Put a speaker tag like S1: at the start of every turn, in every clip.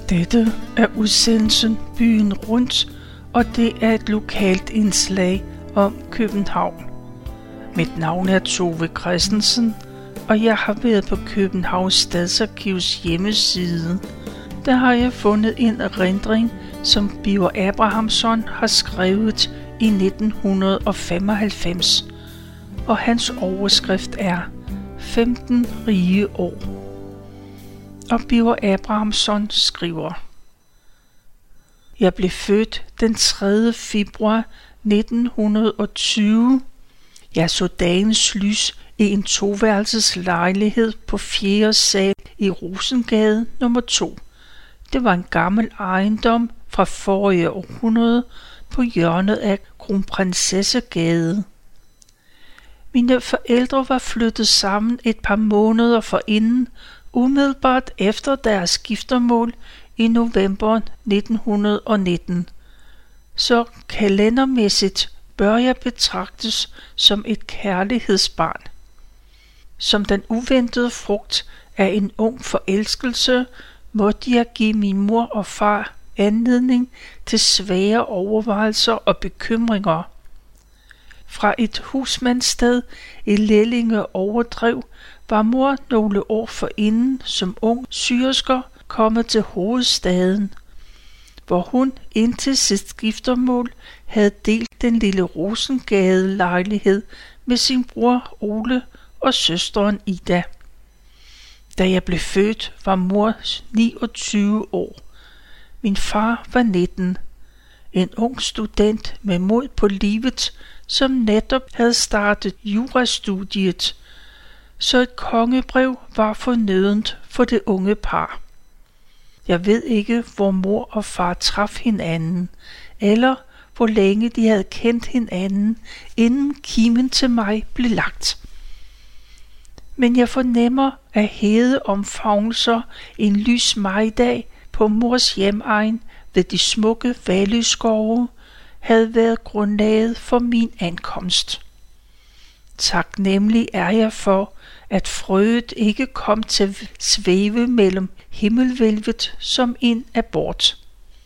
S1: Dette er udsendelsen Byen Rundt, og det er et lokalt indslag om København. Mit navn er Tove Christensen, og jeg har været på Københavns Stadsarkivs hjemmeside. Der har jeg fundet en erindring, som Birger Abrahamsson har skrevet i 1995, og hans overskrift er 15 rige år. Og Birger Abrahamsson skriver: Jeg blev født den 3. februar 1920. Jeg så dagens lys i en toværelses lejlighed på 4. sal i Rosengade nummer 2. Det var en gammel ejendom fra forrige århundrede på hjørnet af Kronprinsessegade. Mine forældre var flyttet sammen et par måneder forinden, umiddelbart efter deres giftermål i november 1919. Så kalendermæssigt bør jeg betragtes som et kærlighedsbarn. Som den uventede frugt af en ung forelskelse måtte jeg give min mor og far anledning til svære overvejelser og bekymringer. Fra et husmandssted i Lellinge Overdrev var mor nogle år forinden som ung syersker kommet til hovedstaden, hvor hun indtil sit giftermål havde delt den lille Rosengade lejlighed med sin bror Ole og søsteren Ida. Da jeg blev født, var mor 29 år. Min far var 19. En ung student med mod på livet, som netop havde startet jurastudiet, så et kongebrev var fornødent for det unge par. Jeg ved ikke, hvor mor og far traf hinanden, eller hvor længe de havde kendt hinanden, inden kimen til mig blev lagt. Men jeg fornemmer, at hede omfavnelser en lys majdag på mors hjemegn ved de smukke Valøskove havde været grundlaget for min ankomst. Taknemmelig er jeg for, at frøet ikke kom til at svæve mellem himmelvælvet som en abort.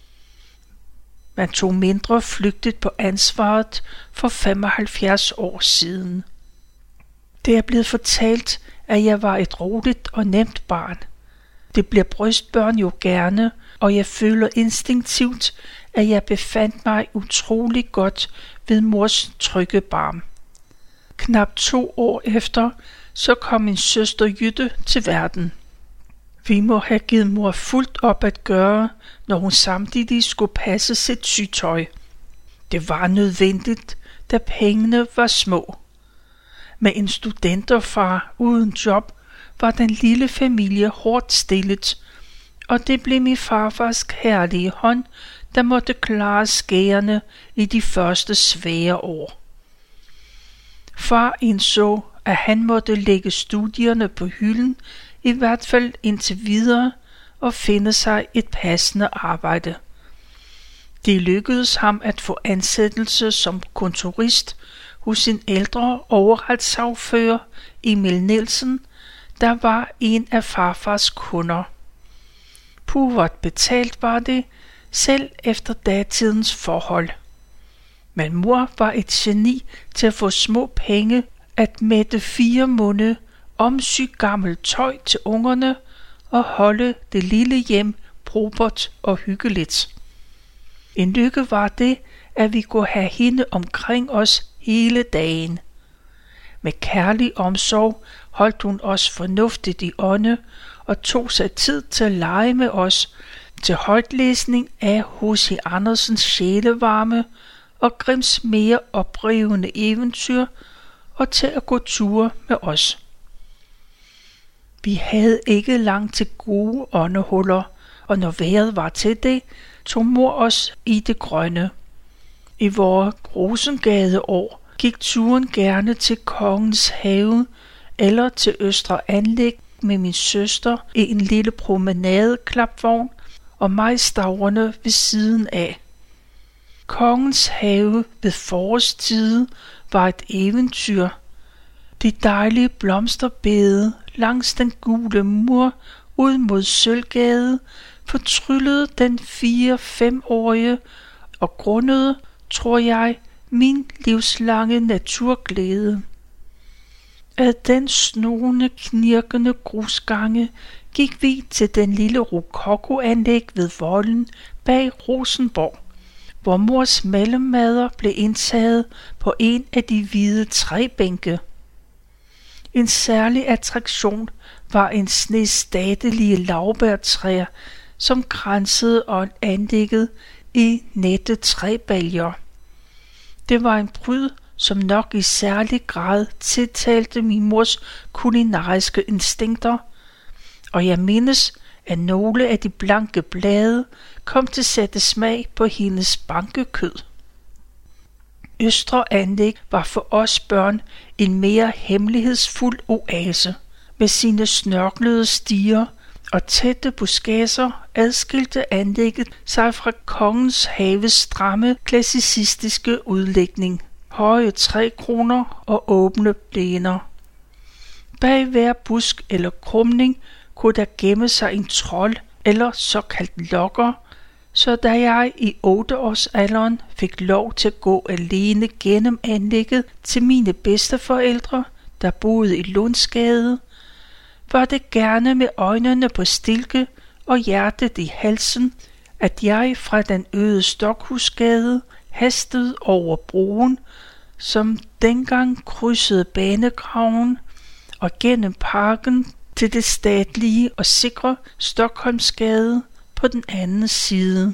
S1: Man tog mindre flygtigt på ansvaret for 75 år siden. Det er blevet fortalt, at jeg var et roligt og nemt barn. Det bliver brystbørn jo gerne, og jeg føler instinktivt, at jeg befandt mig utrolig godt ved mors trygge barm. Knap 2 år efter, så kom min søster Jytte til verden. Vi må have givet mor fuldt op at gøre, når hun samtidig skulle passe sit sygtøj. Det var nødvendigt, da pengene var små. Med en studenterfar uden job var den lille familie hårdt stillet, og det blev min farfars kærlige hånd, der måtte klare skærene i de første svære år. Far indså, at han måtte lægge studierne på hylden, i hvert fald indtil videre, og finde sig et passende arbejde. Det lykkedes ham at få ansættelse som kontorist hos sin ældre overretssagfører Emil Nielsen, der var en af farfars kunder. Puvert betalt var det, selv efter datidens forhold. Men mor var et geni til at få små penge at mætte 4 munde, omsy gammelt tøj til ungerne og holde det lille hjem propert og hyggeligt. En lykke var det, at vi kunne have hende omkring os hele dagen. Med kærlig omsorg holdt hun os fornuftigt i ånde og tog sig tid til at lege med os, til højtlæsning af H.C. Andersens sjælevarme og Grimms mere oprivende eventyr, og til at gå ture med os. Vi havde ikke langt til gode åndehuller, og når vejret var til det, tog mor os i det grønne. I vores Rosengade-år gik turen gerne til Kongens Have eller til Østre Anlæg med min søster i en lille promenadeklapvogn og majstavrene ved siden af. Kongens Have ved forårstide var et eventyr. De dejlige blomsterbede langs den gule mur ud mod Sølvgade fortryllede den 4-5-årige og grundede, tror jeg, min livslange naturglæde. Ad den snurrende, knirkende grusgange gik vi til den lille rokoko-anlæg ved volden bag Rosenborg, hvor mors mellemmader blev indtaget på en af de hvide træbænke. En særlig attraktion var en snes statelige laurbærtræer, som kransede og anlægget i nette træbaljer. Det var en pryd, som nok i særlig grad tiltalte min mors kulinariske instinkter, og jeg mindes, at nogle af de blanke blade kom til at sætte smag på hendes bankekød. Østre Anlæg var for os børn en mere hemmelighedsfuld oase. Med sine snørklede stier og tætte buskager adskilte anlægget sig fra Kongens Haves stramme klassicistiske udlægning. Høje trækroner og åbne plæner. Bag hver busk eller krumning kunne der gemme sig en trold eller såkaldt lokker, så da jeg i 8-årsalderen fik lov til at gå alene gennem anlægget til mine bedsteforældre, der boede i Lundsgade, var det gerne med øjnene på stilke og hjertet i halsen, at jeg fra den øde Stokhusgade hastede over broen, som dengang krydsede banegraven, og gennem parken til det statlige og sikre Stockholmsgade på den anden side.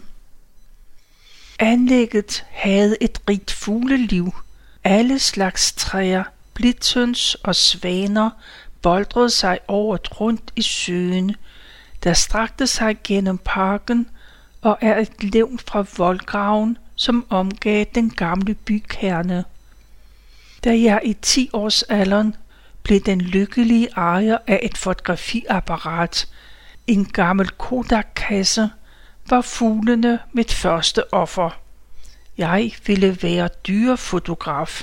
S1: Anlægget havde et rigt fugleliv. Alle slags træer, blitøns og svaner boldrede sig året rundt i søen, der strakte sig gennem parken og er et levn fra voldgraven, som omgav den gamle bykerne. Da jeg i 10-årsalderen blev den lykkelige ejer af et fotografiapparat, en gammel Kodak-kasse, var fuglene mit første offer. Jeg ville være dyrefotograf.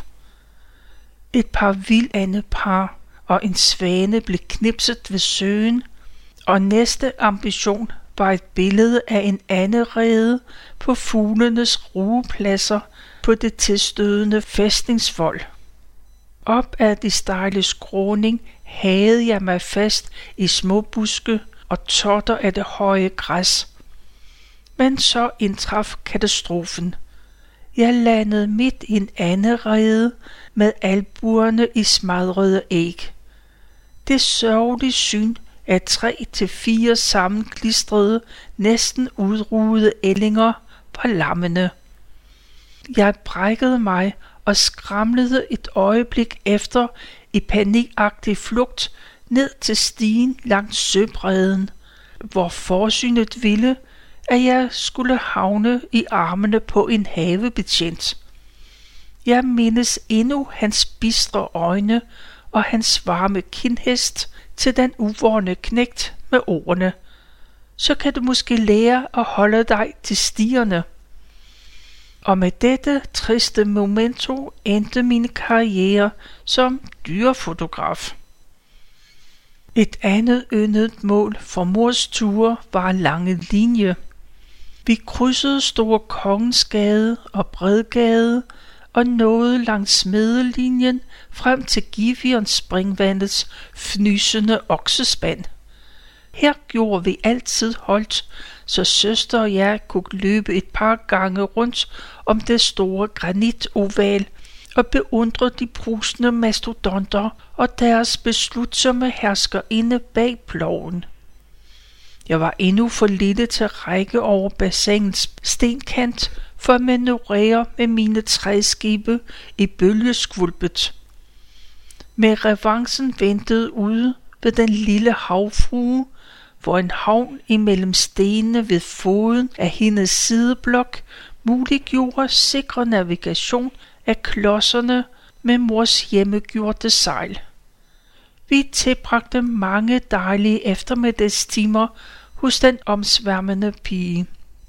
S1: Et par vildandepar og en svane blev knipset ved søen, og næste ambition var et billede af en anderede på fuglenes rugepladser på det tilstødende fæstningsvold. Op ad de stejle skråning hagede jeg mig fast i små buske og totter af det høje græs. Men så indtraf katastrofen. Jeg landede midt i en anderede med albuerne i smadrede æg. Det sørgelige syn af 3-4 sammenklistrede, næsten udrugede ællinger var lammende. Jeg brækkede mig og skramlede et øjeblik efter i panikagtig flugt ned til stien langs søbredden, hvor forsynet ville, at jeg skulle havne i armene på en havebetjent. Jeg mindes endnu hans bistre øjne og hans varme kindhest til den uvorne knægt med ordene: så kan du måske lære at holde dig til stierne. Og med dette triste memento endte min karriere som dyrefotograf. Et andet yndet mål for mors ture var Lange Linje. Vi krydsede Store Kongensgade og Bredgade og nåede langs Smedelinjen frem til Givion springvandets fnysende oksespand. Her gjorde vi altid holdt, så søster og jeg kunne løbe et par gange rundt om det store granitoval og beundre de brusende mastodonter og deres beslutsomme herskerinde bag ploven. Jeg var endnu for lille til at række over bassinets stenkant for at manøvrere med mine træskibe i bølgeskvulpet. Med revancen ventede ude ved den lille havfrue, hvor en havn imellem stenene ved foden af hendes sideblok muliggjorde sikre navigation af klodserne med mors hjemmegjorte sejl. Vi tilbragte mange dejlige eftermiddagstimer hos den omsværmende pige.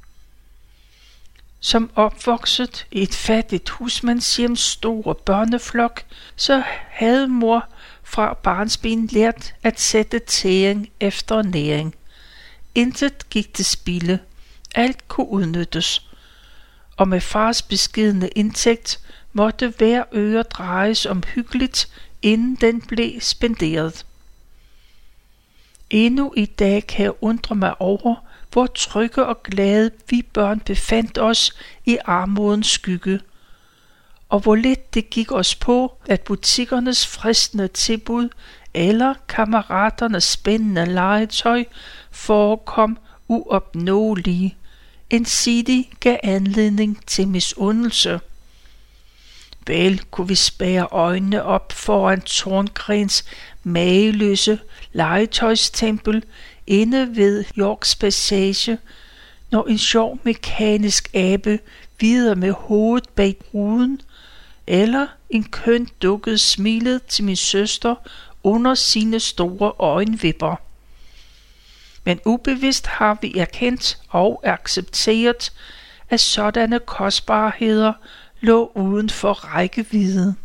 S1: Som opvokset i et fattigt husmandshjems store børneflok, så havde mor fra barnsben lært at sætte tæring efter næring. Intet gik til spilde. Alt kunne udnyttes. Og med fars beskedne indtægt måtte hver øre drejes omhyggeligt, inden den blev spenderet. Endnu i dag kan jeg undre mig over, hvor trygge og glade vi børn befandt os i armodens skygge, og hvor lidt det gik os på, at butikkernes fristende tilbud eller kammeraternes spændende legetøj forekom uopnåelige, ensidigt gav anledning til misundelse. Vel kunne vi spærre øjnene op foran Torngrens mageløse legetøjstempel inde ved Yorks Passage, når en sjov mekanisk abe videre med hovedet bag ruden, eller en køn dukke smilede til min søster under sine store øjenvipper. Men ubevidst har vi erkendt og accepteret, at sådanne kostbarheder lå uden for rækkevidde.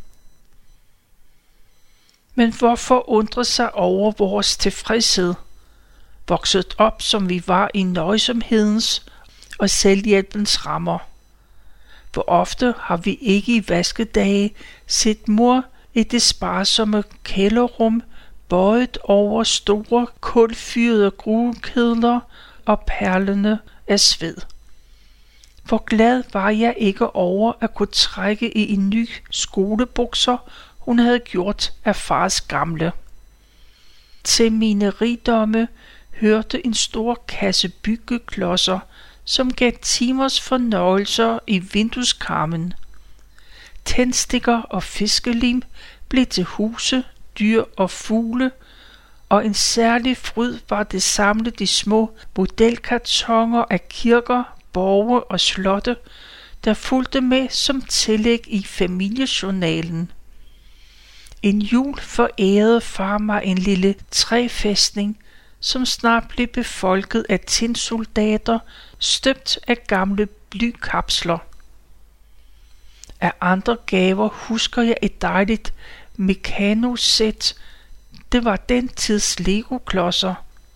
S1: Men hvorfor undre sig over vores tilfredshed? Vokset op som vi var i nøjsomhedens og selvhjælpens rammer. Hvor ofte har vi ikke i vaskedage set mor i det sparsomme kælderrum bøjet over store kulfyrede gruekedler og perlende af sved. Hvor glad var jeg ikke over at kunne trække i en ny skolebukser, hun havde gjort af fars gamle. Til mine rigdomme hørte en stor kasse byggeklodser, som gav timers fornøjelser i vindueskarmen. Tændstikker og fiskelim blev til huse, dyr og fugle, og en særlig fryd var det samle de små modelkartoner af kirker, borge og slotte, der fulgte med som tillæg i familiejournalen. En jul forærede far mig en lille træfæstning, som snart blev befolket af tinsoldater, støbt af gamle blykapsler. Af andre gaver husker jeg et dejligt Meccano-sæt. Det var den tids Lego-klodser.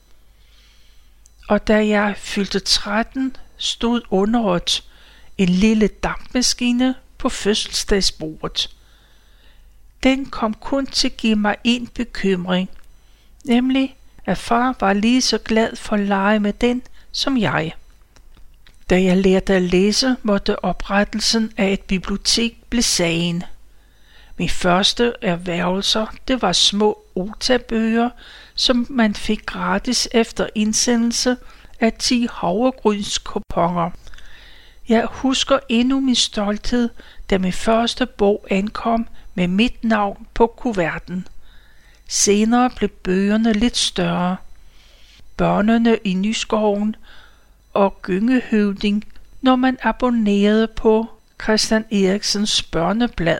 S1: Og da jeg fyldte 13, stod underet en lille dampmaskine på fødselsdagsbordet. Den kom kun til at give mig en bekymring, nemlig at far var lige så glad for at lege med den som jeg. Da jeg lærte at læse, måtte oprettelsen af et bibliotek blive sagen. Min første erhvervelser, det var små otabøger, som man fik gratis efter indsendelse af 10 havregrynskuponer. Jeg husker endnu min stolthed, da min første bog ankom med mit navn på kuverten. Senere blev bøgerne lidt større. Børnene i Nyskoven og Gyngehøvding, når man abonnerede på Christian Eriksens børneblad.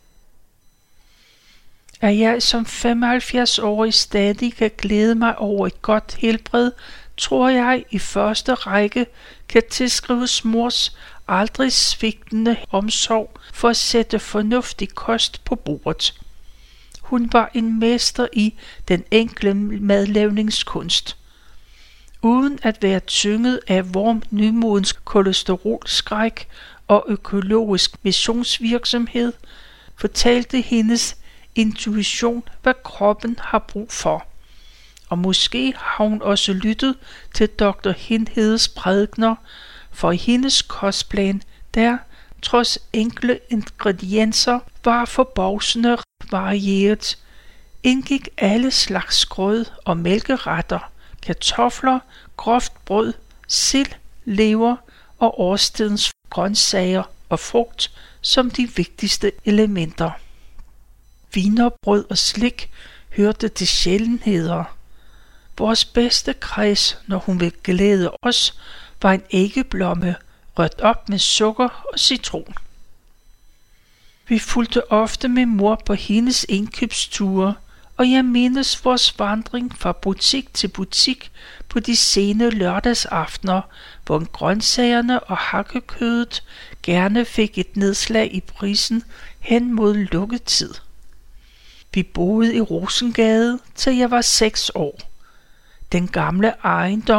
S1: At jeg som 75-årig stadig kan glæde mig over et godt helbred, tror jeg i første række kan tilskrives mors aldrig svigtende omsorg for at sætte fornuftig kost på bordet. Hun var en mester i den enkle madlavningskunst. Uden at være tynget af vorm nymodens kolesterolskræk og økologisk missionsvirksomhed, fortalte hendes intuition, hvad kroppen har brug for. Og måske har hun også lyttet til Dr. Hindhedes prædikener, for i hendes kostplan, der, trods enkle ingredienser, var forbavsende varieret, indgik alle slags grød og mælkeretter, kartofler, groft brød, sild, lever og årstidens grøntsager og frugt som de vigtigste elementer. Wienerbrød og slik hørte til sjældenheder. Vores bedste kreds, når hun ville glæde os, var en æggeblomme, rørt op med sukker og citron. Vi fulgte ofte med mor på hendes indkøbsture, og jeg mindes vores vandring fra butik til butik på de sene lørdagsaftener, hvor grøntsagerne og hakkekødet gerne fik et nedslag i prisen hen mod lukketid. Vi boede i Rosengade, til jeg var 6 år. Den gamle ejendom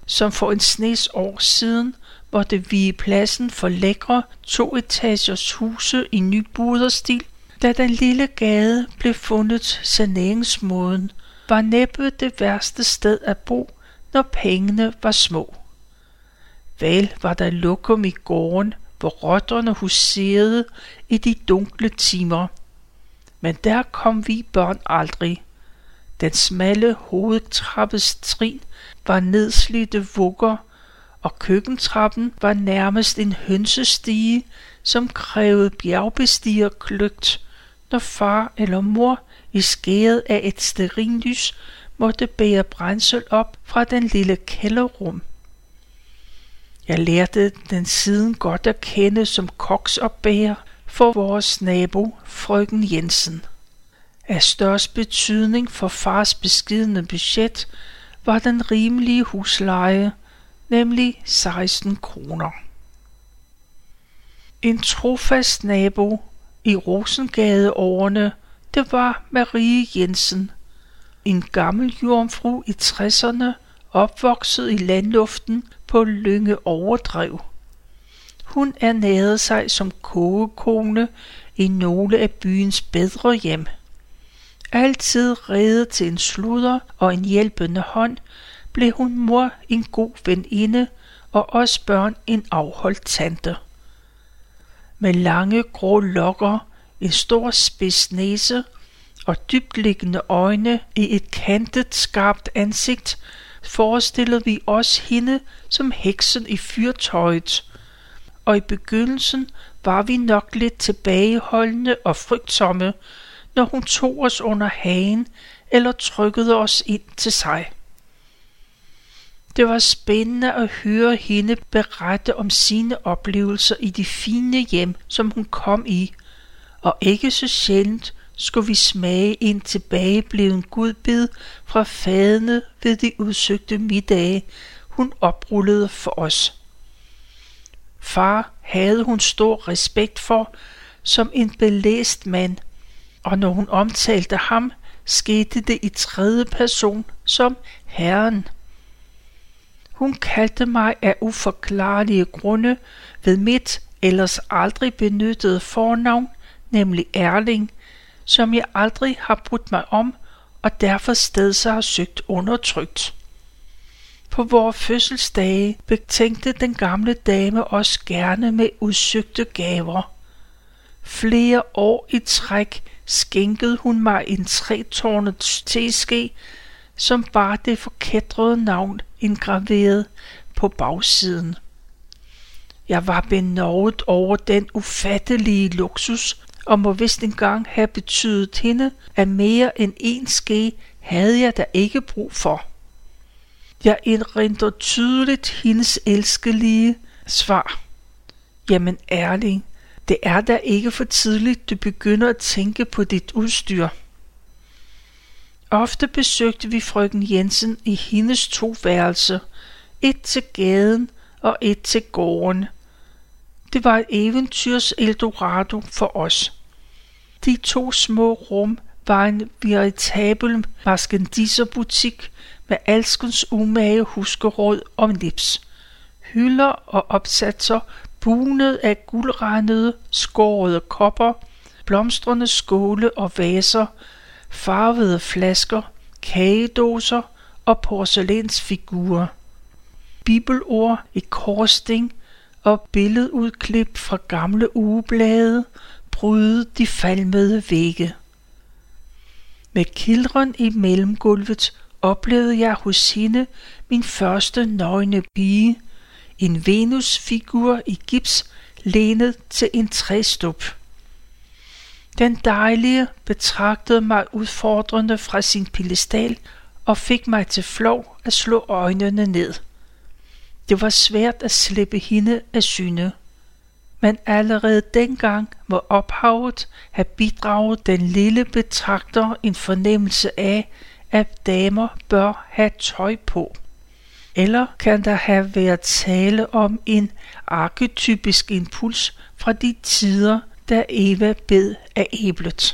S1: som for en snes år siden måtte vige pladsen for lækre 2-etagers huse i nybuderstil, da den lille gade blev fundet saneringsmåden, var næppe det værste sted at bo, når pengene var små. Vel var der lokum i gården, hvor rotterne huserede i de dunkle timer. Men der kom vi børn aldrig. Den smalle hovedtrappes trin var nedslidte vugger, og køkkentrappen var nærmest en hønsestige, som krævede bjergbestigerkløgt, når far eller mor i skæret af et stearinlys måtte bære brændsel op fra den lille kælderrum. Jeg lærte den siden godt at kende som koksopbærer for vores nabo, frøken Jensen. Af størst betydning for fars beskedne budget var den rimelige husleje, nemlig 16 kroner. En trofast nabo i Rosengadeårene, det var Marie Jensen, en gammel jomfru i 60'erne, opvokset i landluften på Lynge Overdrev. Hun ernærede sig som kogekone i nogle af byens bedre hjem. Altid rede til en sludder og en hjælpende hånd, blev hun mor en god veninde og os børn en afholdt tante. Med lange grå lokker, en stor spids næse og dybtliggende øjne i et kantet skarpt ansigt, forestillede vi os hende som heksen i fyrtøjet, og i begyndelsen var vi nok lidt tilbageholdende og frygtsomme, når hun tog os under hagen eller trykkede os ind til sig. Det var spændende at høre hende berette om sine oplevelser i de fine hjem, som hun kom i, og ikke så sjældent skulle vi smage en tilbagebleven godbid fra fadene ved de udsøgte middage, hun oprullede for os. Far havde hun stor respekt for som en belæst mand, og når hun omtalte ham, skete det i tredje person som Herren. Hun kaldte mig af uforklarlige grunde ved mit ellers aldrig benyttede fornavn, nemlig Erling, som jeg aldrig har brudt mig om, og derfor steds har søgt undertrykt. På vores fødselsdage betænkte den gamle dame os gerne med udsøgte gaver. Flere år i træk skænkede hun mig en 3-tårnet teske, som bar det forkætrede navn indgraveret på bagsiden. Jeg var benovet over den ufattelige luksus, og må vist engang have betydet hende, at mere end en ske havde jeg da ikke brug for. Jeg indrindrer tydeligt hendes elskelige svar. Jamen Erling, det er da ikke for tidligt, du begynder at tænke på dit udstyr. Ofte besøgte vi frøken Jensen i hendes 2 værelser, et til gaden og et til gården. Det var et eventyrs Eldorado for os. De 2 små rum var en veritabel marchandiserbutik med alskens umage huskeråd og nips. Hylder og opsatser bunet af guldrandede, skårede kopper, blomstrende skåle og vaser, farvede flasker, kagedåser og porcelænsfigurer. Bibelord i korsting og billedudklip fra gamle ugeblade brydede de falmede vægge. Med kildren i mellemgulvet oplevede jeg hos hende min første nøgne pige, en Venusfigur i gips lænet til en træstup. Den dejlige betragtede mig udfordrende fra sin piedestal og fik mig til flov at slå øjnene ned. Det var svært at slippe hende af syne, men allerede dengang må ophavet have bidraget den lille betragter en fornemmelse af, at damer bør have tøj på. Eller kan der have været tale om en arketypisk impuls fra de tider, da Eva bed af æblet.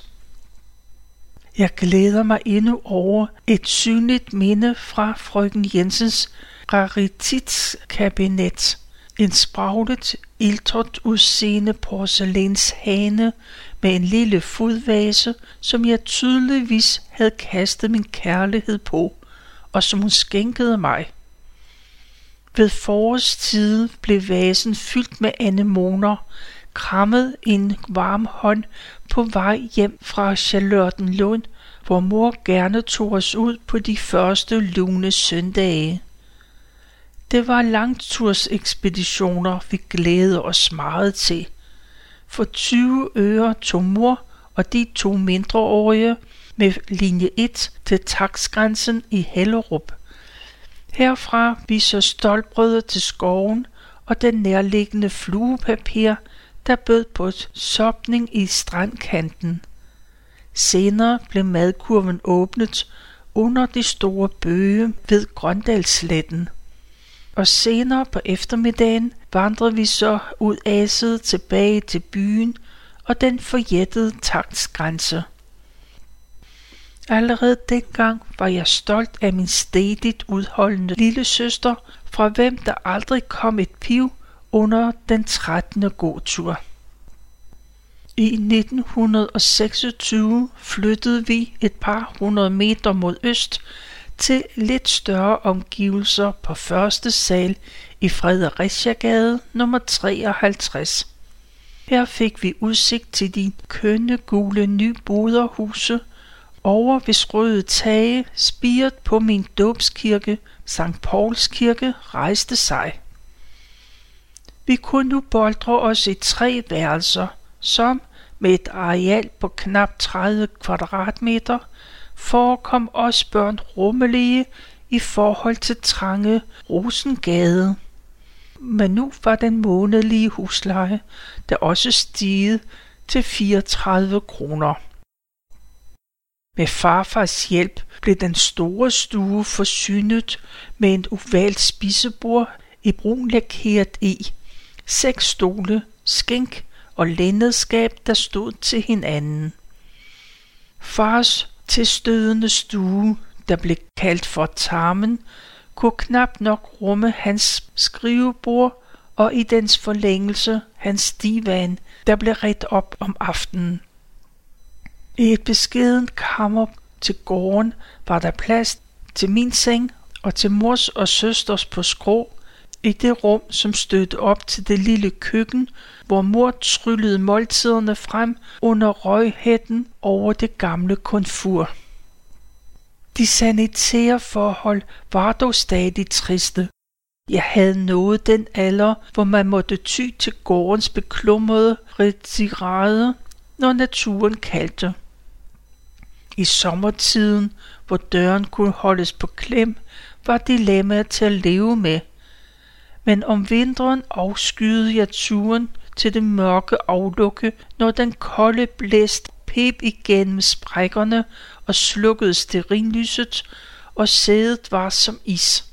S1: Jeg glæder mig endnu over et synligt minde fra frøken Jensens rarititskabinet. En spraglet, iltret udseende porcelænshane med en lille fodvase, som jeg tydeligvis havde kastet min kærlighed på, og som hun skænkede mig. Ved forårstid blev vasen fyldt med anemoner, krammet i en varm hånd på vej hjem fra Charlottenlund, hvor mor gerne tog os ud på de første lune søndage. Det var langtursekspeditioner, vi glædede os meget til. For 20 øre tog mor og de 2 mindreårige med linje 1 til takstgrænsen i Hellerup. Herfra viser stoltbrødet til skoven og den nærliggende fluepapir, der bød på sopning i strandkanten. Senere blev madkurven åbnet under de store bøge ved Grøndalssletten. Og senere på eftermiddagen vandrede vi så ud aset tilbage til byen og den forjættede takstgrænse. Allerede dengang var jeg stolt af min stædigt udholdende lillesøster, fra hvem der aldrig kom et piv under den 13. gåtur. I 1926 flyttede vi et par 100 meter mod øst til lidt større omgivelser på første sal i Fredericiagade nummer 53. Her fik vi udsigt til de kønne gule nyboderhuse over hvis røde tage, spiret på min dåbskirke, Sankt Pauls Kirke, rejste sig. Vi kunne nu boltre os i 3 værelser, som med et areal på knap 30 kvadratmeter forekom os børn rummelige i forhold til trange Rosengade. Men nu var den månedlige husleje der også stiget til 34 kroner. Med farfars hjælp blev den store stue forsynet med et ovalt spisebord i brunlakeret i, 6 stole, skænk og lændedskab, der stod til hinanden. Fars tilstødende stue, der blev kaldt for tarmen, kunne knap nok rumme hans skrivebord og i dens forlængelse hans divan, der blev redt op om aftenen. I et beskedent kammer til gården var der plads til min seng og til mors og søsters på skrå, i det rum, som stødte op til det lille køkken, hvor mor tryllede måltiderne frem under røghætten over det gamle komfur. De sanitære forhold var dog stadig triste. Jeg havde nået den alder, hvor man måtte ty til gårdens beklumrede retirade, når naturen kaldte. I sommertiden, hvor døren kunne holdes på klem, var dilemmaet til at leve med. Men om vinteren afskyede jeg turen til det mørke aflukke, når den kolde blæst pep igennem sprækkerne og slukkede stearinlyset, og sædet var som is.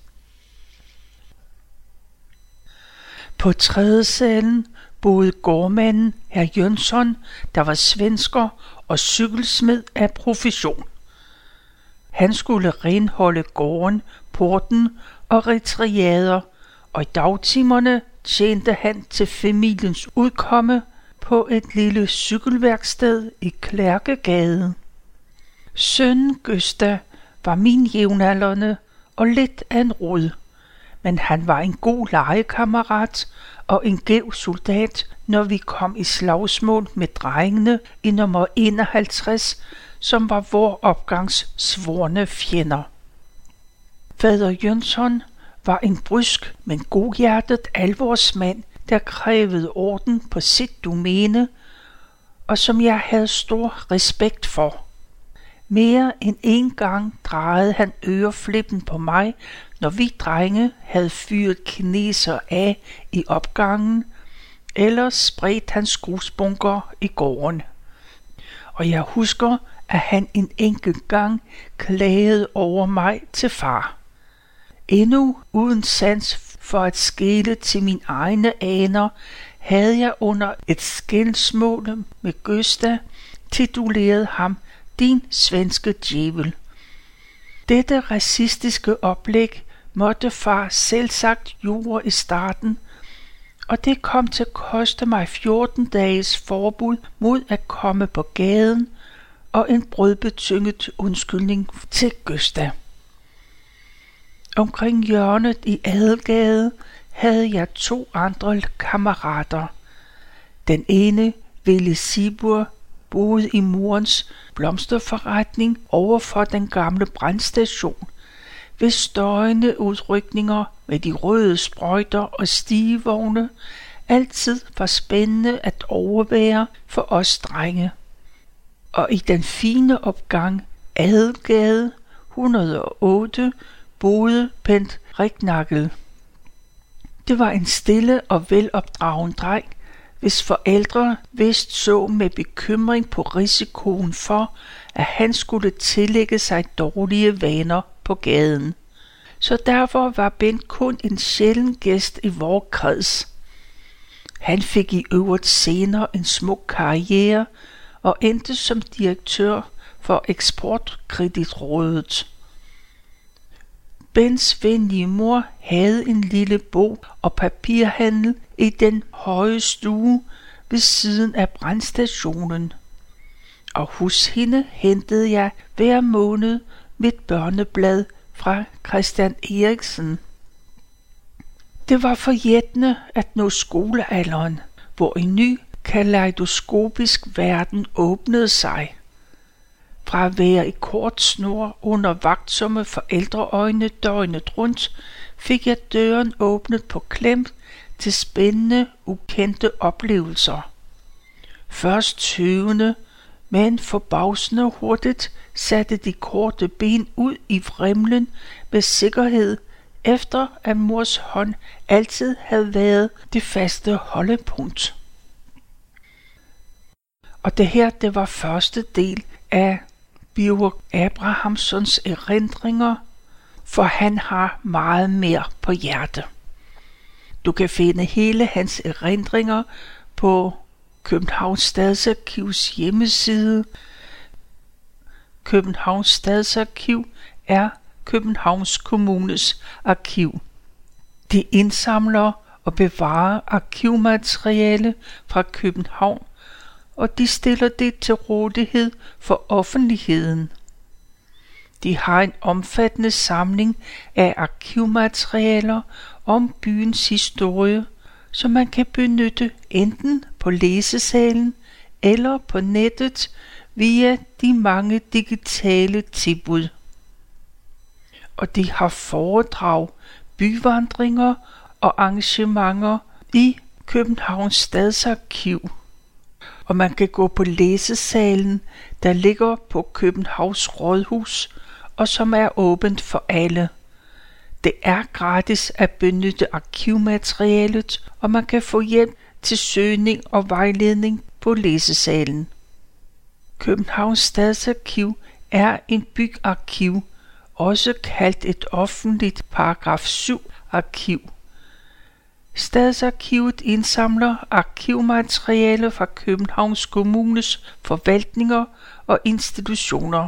S1: På 3. salen boede gårdmanden hr. Jønsson, der var svensker og cykelsmed af profession. Han skulle renholde gården, porten og retriader, og i dagtimerne tjente han til familiens udkomme på et lille cykelværksted i Klærkegade. Sønnen Gøsta var min jævnaldrende og lidt af en rod, men han var en god legekammerat og en gæv soldat, når vi kom i slagsmål med drengene i nummer 51, som var vor opgangs svorne fjender. Fader Jønsson var en brysk, men godhjertet alvorsmand, der krævede orden på sit domæne, og som jeg havde stor respekt for. Mere end en gang drejede han øreflippen på mig, når vi drenge havde fyret kineser af i opgangen, eller spredt hans grusbunker i gården. Og jeg husker, at han en enkelt gang klagede over mig til far. Endnu uden sans for at skele til mine egne aner, havde jeg under et skældsmål med Gøsta tituleret ham din svenske djævel. Dette racistiske oplæg måtte far selvsagt jord i starten, og det kom til at koste mig 14 dages forbud mod at komme på gaden og en brødbetynget undskyldning til Gøsta. Omkring hjørnet i Adelgade havde jeg 2 andre kammerater. Den ene, Willy Sibur, boede i morens blomsterforretning over for den gamle brandstation, hvis støjende udrykninger med de røde sprøjter og stigevogne altid var spændende at overvære for os drenge. Og i den fine opgang Adelgade 108 boede Bent Ricknagel. Det var en stille og velopdragen dreng, hvis forældre vist så med bekymring på risikoen for, at han skulle tillægge sig dårlige vaner på gaden. Så derfor var Bent kun en sjælden gæst i vor kreds. Han fik i øvrigt senere en smuk karriere og endte som direktør for Eksportkreditrådet. Bents venlige mor havde en lille bog- og papirhandel i den høje stue ved siden af brandstationen, og hos hende hentede jeg hver måned mit børneblad fra Christian Eriksen. Det var forjættende at nå skolealderen, hvor en ny kaleidoskopisk verden åbnede sig. Fra at være i kort snor under vagtsomme forældreøjne døgnet rundt, fik jeg døren åbnet på klem til spændende, ukendte oplevelser. Først tøvende, men forbavsende hurtigt satte de korte ben ud i vrimlen med sikkerhed, efter at mors hånd altid havde været det faste holdepunkt. Og det var første del af Birger Abrahamssons erindringer, for han har meget mere på hjerte. Du kan finde hele hans erindringer på Københavns Stadsarkivs hjemmeside. Københavns Stadsarkiv er Københavns Kommunes arkiv. De indsamler og bevarer arkivmateriale fra København, og de stiller det til rådighed for offentligheden. De har en omfattende samling af arkivmaterialer om byens historie, som man kan benytte enten på læsesalen eller på nettet via de mange digitale tilbud. Og de har foredrag, byvandringer og arrangementer i Københavns Stadsarkiv. Og man kan gå på læsesalen, der ligger på Københavns Rådhus, og som er åbent for alle. Det er gratis at benytte arkivmaterialet, og man kan få hjælp til søgning og vejledning på læsesalen. Københavns Stadsarkiv er en byarkiv, også kaldt et offentligt paragraf 7 arkiv. Stadsarkivet indsamler arkivmateriale fra Københavns Kommunes forvaltninger og institutioner.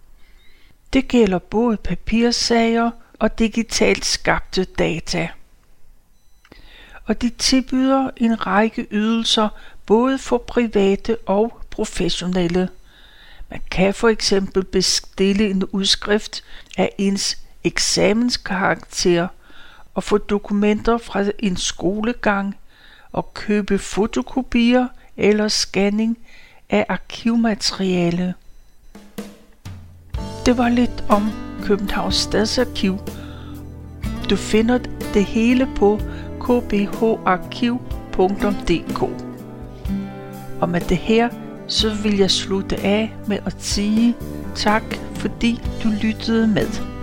S1: Det gælder både papirsager og digitalt skabte data. Og de tilbyder en række ydelser både for private og professionelle. Man kan for eksempel bestille en udskrift af ens eksamenskarakter og få dokumenter fra en skolegang og købe fotokopier eller scanning af arkivmateriale. Det var lidt om Københavns Stadsarkiv. Du finder det hele på kbharkiv.dk. Og med det her, så vil jeg slutte af med at sige tak, fordi du lyttede med.